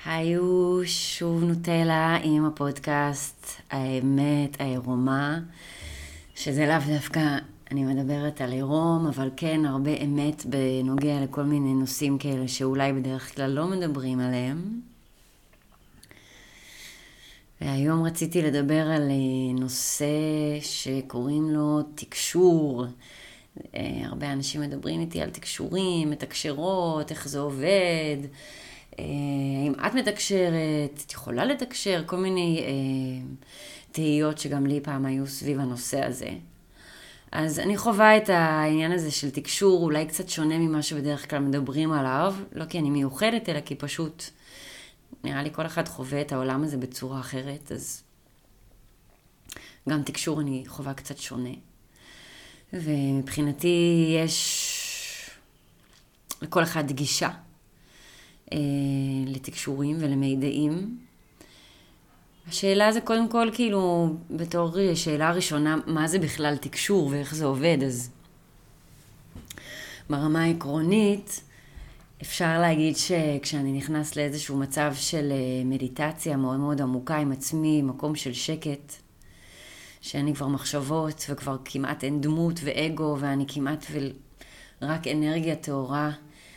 היו שוב נוטלה עם הפודקאסט האמת, העירומה, שזה לאו דווקא, אני מדברת על עירום, אבל כן הרבה אמת בנוגע לכל מיני נושאים כאלה שאולי בדרך כלל לא מדברים עליהם. והיום רציתי לדבר על נושא שקוראים לו תקשור. הרבה אנשים מדברים איתי על תקשורים, מתקשרות, איך זה עובד, האם את מתקשרת, את יכולה לתקשר, כל מיני תהיות שגם לי פעם היו סביב הנושא הזה. אז אני חווה את העניין הזה של תקשור אולי קצת שונה ממה שבדרך כלל מדברים עליו, לא כי אני מיוחדת, אלא כי פשוט נראה לי כל אחד חווה את העולם הזה בצורה אחרת, אז גם תקשור אני חווה קצת שונה. ומבחינתי יש לכל אחד גישה לתקשורים ולמידעים. השאלה זה קודם כל כאילו בתור שאלה ראשונה, מה זה בכלל תקשור ואיך זה עובד? אז ברמה העקרונית אפשר להגיד שכשאני נכנס לאיזשהו מצב של מדיטציה מאוד מאוד עמוקה עם עצמי, מקום של שקט, שאני כבר מחשבות וכבר כמעט אין דמות ואגו ואני כמעט רק אנרגיה טהורה,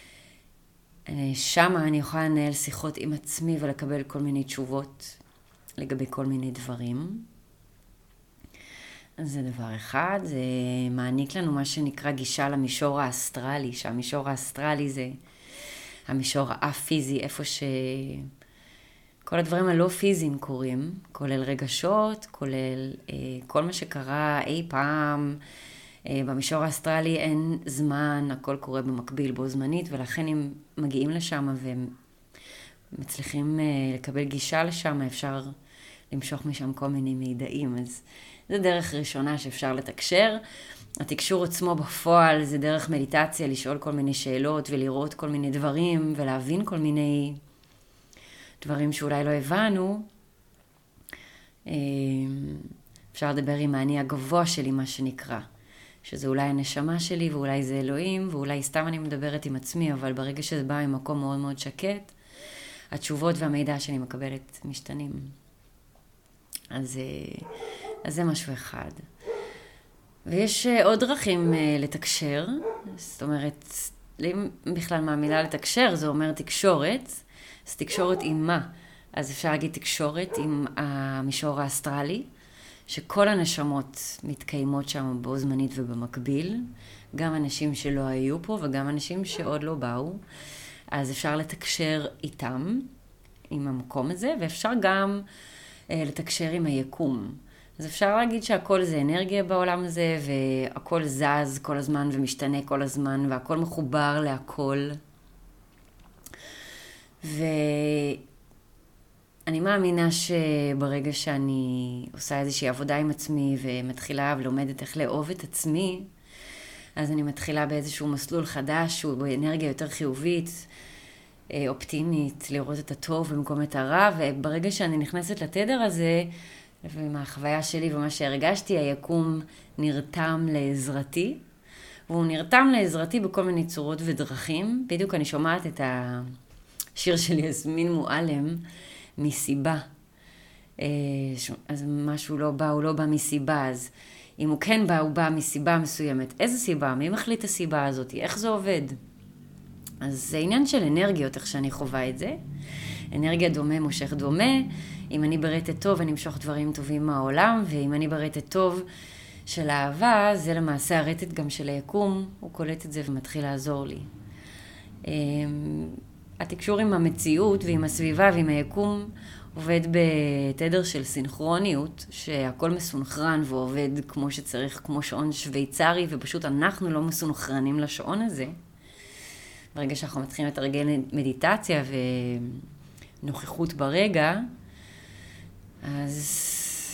שמה אני יכולה לנהל שיחות עם עצמי ולקבל כל מיני תשובות לגבי כל מיני דברים. אז זה דבר אחד, זה מעניק לנו מה שנקרא גישה למישור האסטרלי, שהמישור האסטרלי זה המישור הפיזי, איפה כל הדברים הלא פיזיים קורים, כולל רגשות, כולל כל מה שקרה אי פעם. במישור האסטרלי אין זמן, הכל קורה במקביל בו זמנית, ולכן אם מגיעים לשם והם מצליחים לקבל גישה לשם, אפשר למשוך משם כל מיני מידעים. אז זה דרך ראשונה שאפשר לתקשר. התקשור עצמו בפועל זה דרך מדיטציה, לשאול כל מיני שאלות ולראות כל מיני דברים ולהבין כל מיני דברים שאולי לא הבנו. אפשר לדבר עם האני הגבוה שלי, מה שנקרא, שזה אולי הנשמה שלי ואולי זה אלוהים ואולי סתם אני מדברת עם עצמי, אבל ברגע שזה בא ממקום מאוד מאוד שקט, התשובות והמידע שאני מקבלת משתנים. אז זה משהו אחד. ויש עוד דרכים לתקשר, זאת אומרת, אם בכלל מהמילה לתקשר, זה אומר תקשורת. אז תקשורת עם מה? אז אפשר להגיד תקשורת עם המישור האסטרלי, שכל הנשמות מתקיימות שם בו זמנית ובמקביל, גם אנשים שלא היו פה וגם אנשים שעוד לא באו, אז אפשר לתקשר איתם, עם המקום הזה, ואפשר גם לתקשר עם היקום. אז אפשר להגיד שהכל זה אנרגיה בעולם הזה, והכל זז כל הזמן ומשתנה כל הזמן, והכל מחובר להכל. ואני מאמינה שברגע שאני עושה איזושהי עבודה עם עצמי, ומתחילה ולומדת איך לאהוב את עצמי, אז אני מתחילה באיזשהו מסלול חדש, שהוא באנרגיה יותר חיובית, אופטימית, לראות את הטוב במקום את הרע, וברגע שאני נכנסת לתדר הזה, ומהחוויה שלי ומה שהרגשתי, היקום נרתם לעזרתי, והוא נרתם לעזרתי בכל מיני צורות ודרכים. בדיוק אני שומעת את השיר של יסמין מועלם, מסיבה. אז משהו לא בא, הוא לא בא מסיבה, אז אם הוא כן בא, הוא בא מסיבה מסוימת. איזה סיבה? מי מחליט הסיבה הזאת? איך זה עובד? אז זה עניין של אנרגיות, איך שאני חווה את זה. אנרגיה דומה מושך דומה. אם אני ברטט טוב, אני אמשוך דברים טובים מהעולם, ואם אני ברטט טוב של אהבה, זה למעשה הרטט גם של היקום, הוא קולט את זה ומתחיל לעזור לי. התקשור עם המציאות ועם הסביבה ועם היקום עובד בתדר של סינכרוניות, שהכל מסונכרן ועובד כמו שצריך, כמו שעון שוויצרי, ופשוט אנחנו לא מסונכרנים לשעון הזה. ברגע שאנחנו מתחילים לתרגל מדיטציה ונוכחות ברגע, אז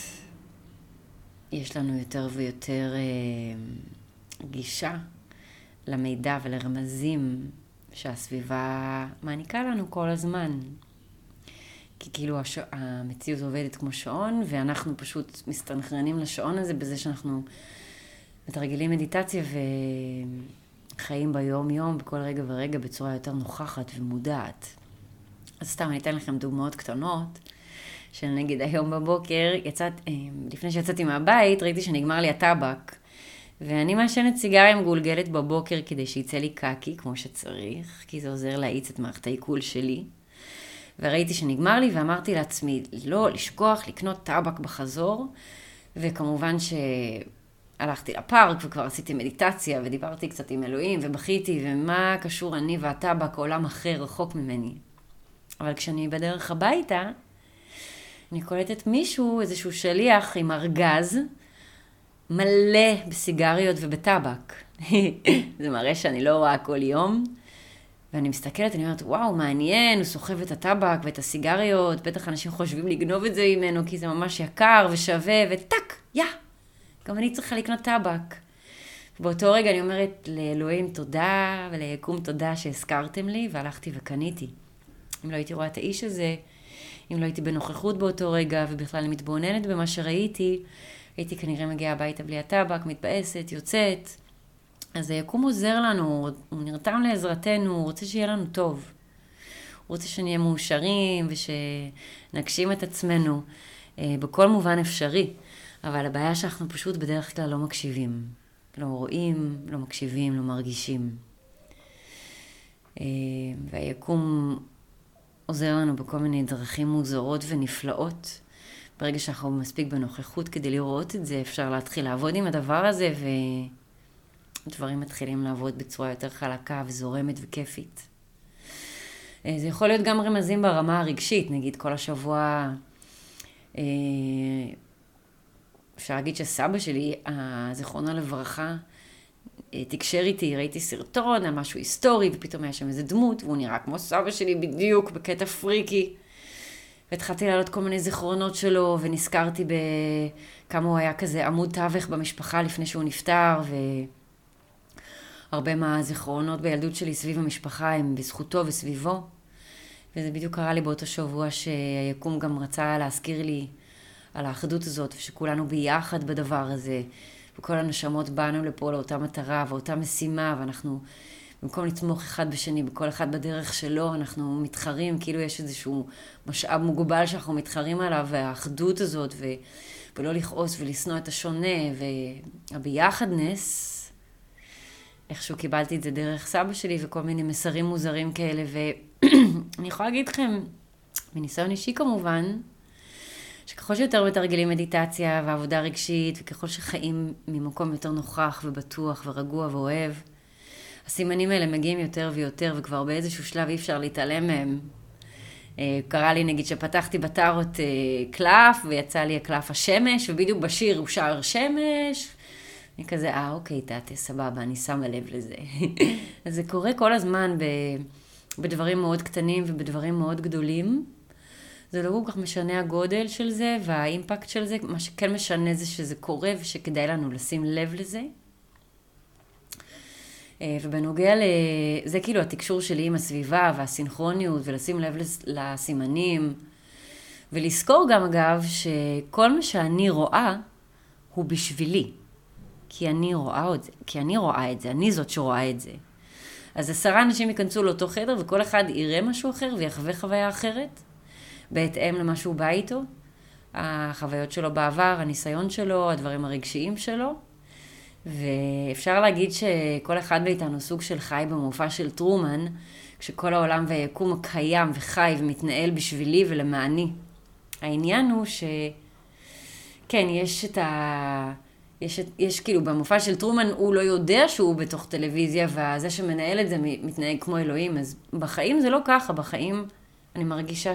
יש לנו יותר ויותר גישה למידע ולרמזים שהסביבה מעניקה לנו כל הזמן. כי כאילו המציאות עובדת כמו שעון, ואנחנו פשוט מסתנכרנים לשעון הזה בזה שאנחנו מתרגלים מדיטציה וחיים ביום יום, בכל רגע ורגע בצורה יותר נוכחת ומודעת. אז סתם אני אתן לכם דוגמאות קטנות, שנגיד היום בבוקר, לפני שיצאתי מהבית, ראיתי שנגמר לי הטבק. ואני מעשנת סיגריה מגולגלת בבוקר כדי שיצא לי קקי כמו שצריך, כי זה עוזר להאיץ את מערכת העיכול שלי. וראיתי שנגמר לי ואמרתי לעצמי, לא לשכוח לקנות טבק בחזור. וכמובן שהלכתי לפארק וכבר עשיתי מדיטציה ודיברתי קצת עם אלוהים ובכיתי, ומה קשור אני והטבק, עולם אחר רחוק ממני. אבל כשאני בדרך הביתה, אני קולטת מישהו, איזשהו שליח עם ארגז, מלא בסיגריות ובטבק. זה מראה שאני לא רואה כל יום. ואני מסתכלת, אני אומרת, וואו, מעניין, הוא סוחב את הטבק ואת הסיגריות, בטח אנשים חושבים לגנוב את זה ממנו, כי זה ממש יקר ושווה, וטק, גם אני צריכה לקנות טבק. באותו רגע אני אומרת לאלוהים תודה, וליקום תודה שהזכרתם לי, והלכתי וקניתי. אם לא הייתי רואה את האיש הזה, אם לא הייתי בנוכחות באותו רגע, ובכלל אני מתבוננת במה שראיתי, הייתי כנראה מגיעה הביתה בלי הטבק, מתבאסת, יוצאת. אז היקום עוזר לנו, הוא נרתם לעזרתנו, הוא רוצה שיהיה לנו טוב. הוא רוצה שנהיה מאושרים ושנגשים את עצמנו בכל מובן אפשרי. אבל הבעיה שאנחנו פשוט בדרך כלל לא מקשיבים. לא רואים, לא מקשיבים, לא מרגישים. והיקום עוזר לנו בכל מיני דרכים מוזרות ונפלאות. ברגע שאנחנו מספיק בנוכחות כדי לראות את זה, אפשר להתחיל לעבוד עם הדבר הזה, ודברים מתחילים לעבוד בצורה יותר חלקה וזורמת וכיפית. זה יכול להיות גם רמזים ברמה הרגשית, נגיד כל השבוע, אפשר להגיד שסבא שלי, זיכרונו לברכה, תקשר איתי, ראיתי סרטון על משהו היסטורי, ופתאום היה שם איזה דמות, והוא נראה כמו סבא שלי בדיוק, בקטע פריקי. והתחלתי לעלות כל מיני זיכרונות שלו, ונזכרתי בכמה הוא היה כזה עמוד תווך במשפחה לפני שהוא נפטר, והרבה מהזיכרונות בילדות שלי סביב המשפחה הם בזכותו וסביבו. וזה בדיוק קרה לי באותו שבוע שהיקום גם רצה להזכיר לי על האחדות הזאת, ושכולנו ביחד בדבר הזה, וכל הנשמות באנו לפה לאותה מטרה ואותה משימה, ואנחנו במקום לתמוך אחד בשני, בכל אחד בדרך שלו, אנחנו מתחרים, כאילו יש איזשהו משאב מוגבל שאנחנו מתחרים עליו, והאחדות הזאת, ולא לכעוס ולשנוא את השונה, והביחדנס, איכשהו קיבלתי את זה דרך סבא שלי, וכל מיני מסרים מוזרים כאלה, ואני יכולה להגיד לכם, מניסיון אישי כמובן, שככל שיותר מתרגלים מדיטציה ועבודה רגשית, וככל שחיים ממקום יותר נוכח ובטוח ורגוע ואוהב, הסימנים האלה מגיעים יותר ויותר, וכבר באיזשהו שלב אי אפשר להתעלם מהם. קרה לי נגיד שפתחתי בטארות קלף, ויצא לי הקלף השמש, ובדיוק בשיר הוא שר שמש. אני כזה, אוקיי, תתה, סבבה, אני שמה לב לזה. אז זה קורה כל הזמן בדברים מאוד קטנים ובדברים מאוד גדולים. זה לא כל כך משנה הגודל של זה והאימפקט של זה. מה שכן משנה זה שזה קורה ושכדאי לנו לשים לב לזה. ובנוגע זה כאילו התקשור שלי עם הסביבה והסינכרוניות ולשים לב לסימנים. ולזכור גם אגב שכל מה שאני רואה הוא בשבילי. כי אני רואה את זה, אני זאת שרואה את זה. אז 10 אנשים ייכנסו לאותו חדר וכל אחד יראה משהו אחר ויחווה חוויה אחרת. בהתאם למה שהוא בא איתו, החוויות שלו בעבר, הניסיון שלו, הדברים הרגשיים שלו. ואפשר להגיד שכל אחד מאיתנו סוג של חי במופע של טרומן, כשכל העולם והיקום הקיים וחי ומתנהל בשבילי ולמעני. העניין הוא כן, יש כאילו במופע של טרומן, הוא לא יודע שהוא בתוך טלוויזיה, וזה שמנהל את זה מתנהג כמו אלוהים. אז בחיים זה לא ככה, בחיים אני מרגישה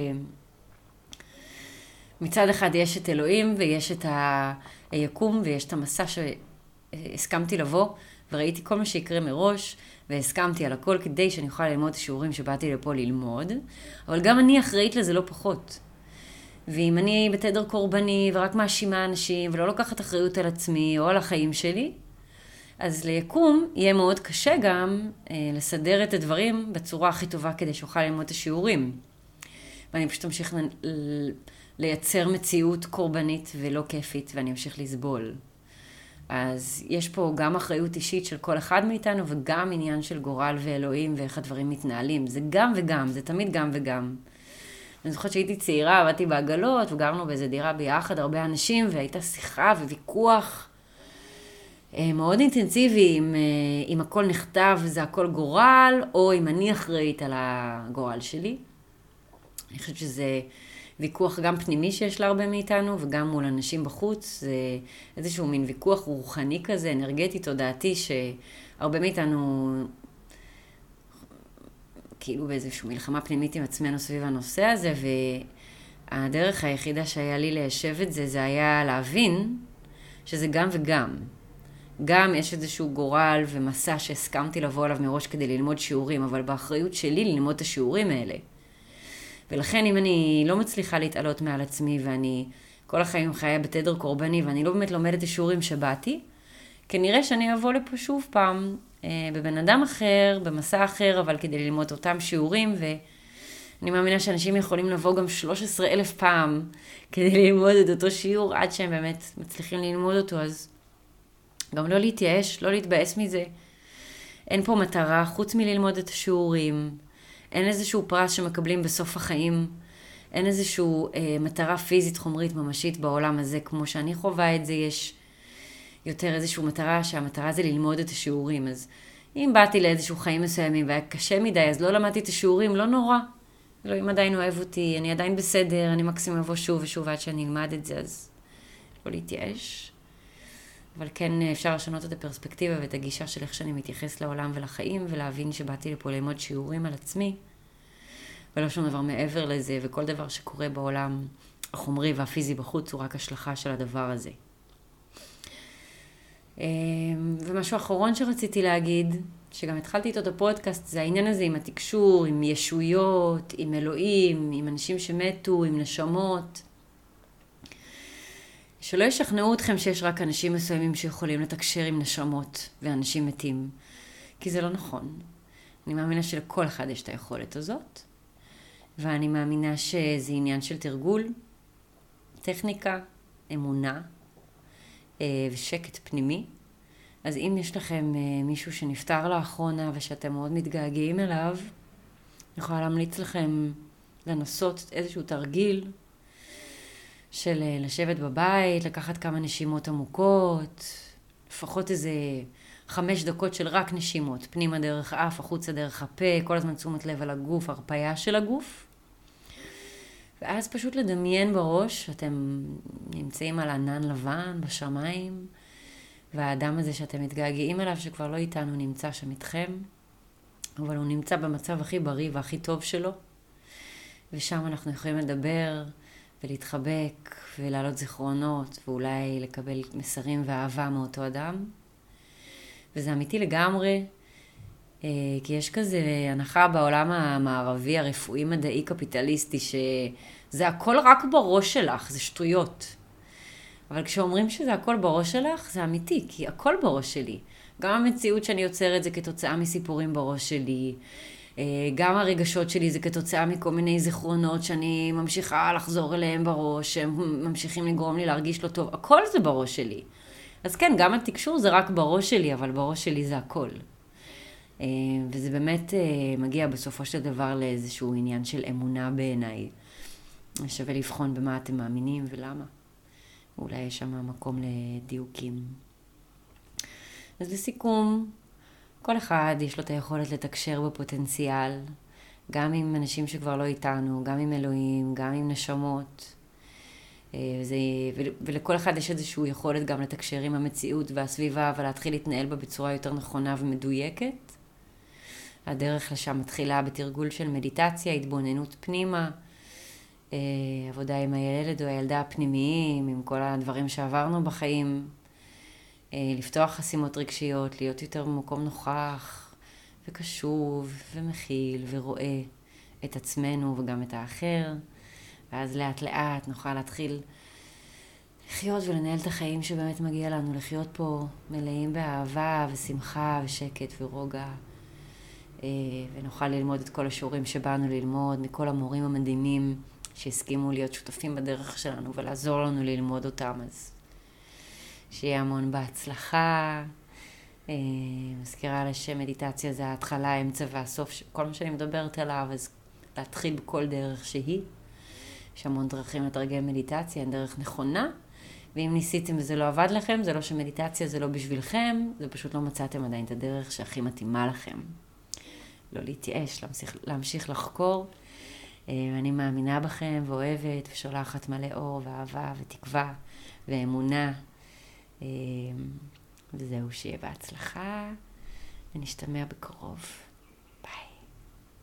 שמצד אחד יש את אלוהים ויש את היקום ויש את המסע שהסכמתי לבוא וראיתי כל מה שיקרה מראש והסכמתי על הכל כדי שאני אוכל ללמוד את השיעורים שבאתי לפה ללמוד, אבל גם אני אחראית לזה לא פחות. ואם אני בתדר קורבני ורק מאשימה אנשים ולא לוקחת אחריות על עצמי או על החיים שלי, אז ליקום יהיה מאוד קשה גם לסדר את הדברים בצורה הכי טובה כדי שאוכל ללמוד את השיעורים. ואני פשוט אמשיך לייצר מציאות קורבנית ולא כיפית, ואני אמשיך לסבול. אז יש פה גם אחריות אישית של כל אחד מאיתנו, וגם עניין של גורל ואלוהים ואיך הדברים מתנהלים. זה גם וגם, זה תמיד גם וגם. אני זוכרת שהייתי צעירה, עבדתי בעגלות, וגרנו באיזה דירה ביחד, הרבה אנשים, והייתה שיחה וויכוח מאוד אינטנסיבי, אם הכל נכתב וזה הכל גורל, או אם אני אחראית על הגורל שלי. אני חושבת שזה ויכוח גם פנימי שיש להרבה מאיתנו, וגם מול אנשים בחוץ. זה איזשהו מין ויכוח רוחני כזה, אנרגטי, תודעתי, שהרבה מאיתנו כאילו באיזושהי מלחמה פנימית עם עצמנו סביב הנושא הזה, והדרך היחידה שהיה לי ליישב את זה, זה היה להבין שזה גם וגם. גם יש איזשהו גורל ומסע שהסכמתי לבוא עליו מראש כדי ללמוד שיעורים, אבל באחריות שלי ללמוד את השיעורים האלה. ולכן אם אני לא מצליחה להתעלות מעל עצמי, ואני כל החיים חיי בתדר קורבני, ואני לא באמת לומדת את השיעורים שבאתי, כנראה שאני אבוא לפה שוב פעם, בבן אדם אחר, במסע אחר, אבל כדי ללמוד אותם שיעורים, ואני מאמינה שאנשים יכולים לבוא גם 13,000 פעם, כדי ללמוד את אותו שיעור, עד שהם באמת מצליחים ללמוד אותו, אז גם לא להתייאש, לא להתבאס מזה. אין פה מטרה חוץ מללמוד את השיעורים, אין איזשהו פרס שמקבלים בסוף החיים, אין איזשהו מטרה פיזית, חומרית, ממשית בעולם הזה, כמו שאני חווה את זה, יש יותר איזשהו מטרה, שהמטרה זה ללמוד את השיעורים. אז אם באתי לאיזשהו חיים מסוימים והיה קשה מדי, אז לא למדתי את השיעורים, לא נורא. אלוהים עדיין אוהב אותי, אני עדיין בסדר, אני מקסימום אבוא שוב ושוב עד שאני אלמד את זה, אז לא להתייאש. אבל כן אפשר לשנות את הפרספקטיבה ואת הגישה של איך שאני מתייחס לעולם ולחיים, ולהבין שבאתי לפה ללמוד שיעורים על עצמי, ולא שום דבר מעבר לזה, וכל דבר שקורה בעולם החומרי והפיזי בחוץ הוא רק השלכה של הדבר הזה. ומשהו אחרון שרציתי להגיד, שגם התחלתי איתו את הפודקאסט, זה העניין הזה עם התקשור, עם ישויות, עם אלוהים, עם אנשים שמתו, עם נשמות. שלא ישכנעו אתכם שיש רק אנשים מסוימים שיכולים לתקשר עם נשמות ואנשים מתים, כי זה לא נכון. אני מאמינה שלכל אחד יש את היכולת הזאת, ואני מאמינה שזה עניין של תרגול, טכניקה, אמונה ושקט פנימי. אז אם יש לכם מישהו שנפטר לאחרונה ושאתם מאוד מתגעגעים אליו, אני יכולה להמליץ לכם לנסות איזשהו תרגיל של לשבת בבית, לקחת כמה נשימות עמוקות, לפחות איזה 5 דקות של רק נשימות, פנימה דרך אף, החוצה דרך הפה, כל הזמן תשומת לב על הגוף, הרפאיה של הגוף. ואז פשוט לדמיין בראש, אתם נמצאים על ענן לבן בשמיים, והאדם הזה שאתם מתגעגעים אליו, שכבר לא איתנו, נמצא שם איתכם, אבל הוא נמצא במצב הכי בריא והכי טוב שלו, ושם אנחנו יכולים לדבר ולהתחבק ולהעלות זיכרונות, ואולי לקבל מסרים ואהבה מאותו אדם. וזה אמיתי לגמרי, כי יש כזה הנחה בעולם המערבי, הרפואי, מדעי, קפיטליסטי, שזה הכל רק בראש שלך, זה שטויות. אבל כשאומרים שזה הכל בראש שלך, זה אמיתי, כי הכל בראש שלי. גם המציאות שאני יוצרת זה כתוצאה מסיפורים בראש שלי, גם הרגשות שלי זה כתוצאה מכל מיני זיכרונות שאני ממשיכה לחזור אליהם בראש, שהם ממשיכים לגרום לי להרגיש לא טוב. הכל זה בראש שלי. אז כן, גם התקשור זה רק בראש שלי, אבל בראש שלי זה הכל. וזה באמת מגיע בסופו של דבר לאיזשהו עניין של אמונה בעיניי. שווה לבחון במה אתם מאמינים ולמה. אולי יש שם מקום לדיוקים. אז לסיכום, כל אחד יש לו את היכולת לתקשר בפוטנציאל, גם עם אנשים שכבר לא איתנו, גם עם אלוהים, גם עם נשמות. ולכל אחד יש איזושהי יכולת גם לתקשר עם המציאות והסביבה, ולהתחיל להתנהל בה בצורה יותר נכונה ומדויקת. הדרך לשם מתחילה בתרגול של מדיטציה, התבוננות פנימה, עבודה עם הילד או הילדה הפנימיים, עם כל הדברים שעברנו בחיים, לפתוח חסימות רגשיות, להיות יותר במקום נוכח וקשוב ומכיל ורואה את עצמנו וגם את האחר, ואז לאט לאט נוכל להתחיל לחיות ולנהל את החיים שבאמת מגיע לנו, לחיות פה מלאים באהבה ושמחה ושקט ורוגע, ונוכל ללמוד את כל השיעורים שבאנו ללמוד מכל המורים המדהימים שהסכימו להיות שותפים בדרך שלנו ולעזור לנו ללמוד אותם. אז שיהיה המון בהצלחה. מזכירה לה שמדיטציה זה ההתחלה, האמצע והסוף, כל מה שאני מדברת עליו, אז להתחיל בכל דרך שהיא. יש המון דרכים לתרגל מדיטציה, אין דרך נכונה, ואם ניסיתם וזה לא עבד לכם, זה לא שמדיטציה זה לא בשבילכם, זה פשוט לא מצאתם עדיין את הדרך שהכי מתאימה לכם. לא להתייאש, להמשיך לחקור. אני מאמינה בכם ואוהבת ושולחת מלא אור ואהבה ותקווה ואמונה. וזהו, שיהיה בהצלחה ונשתמע בקרוב.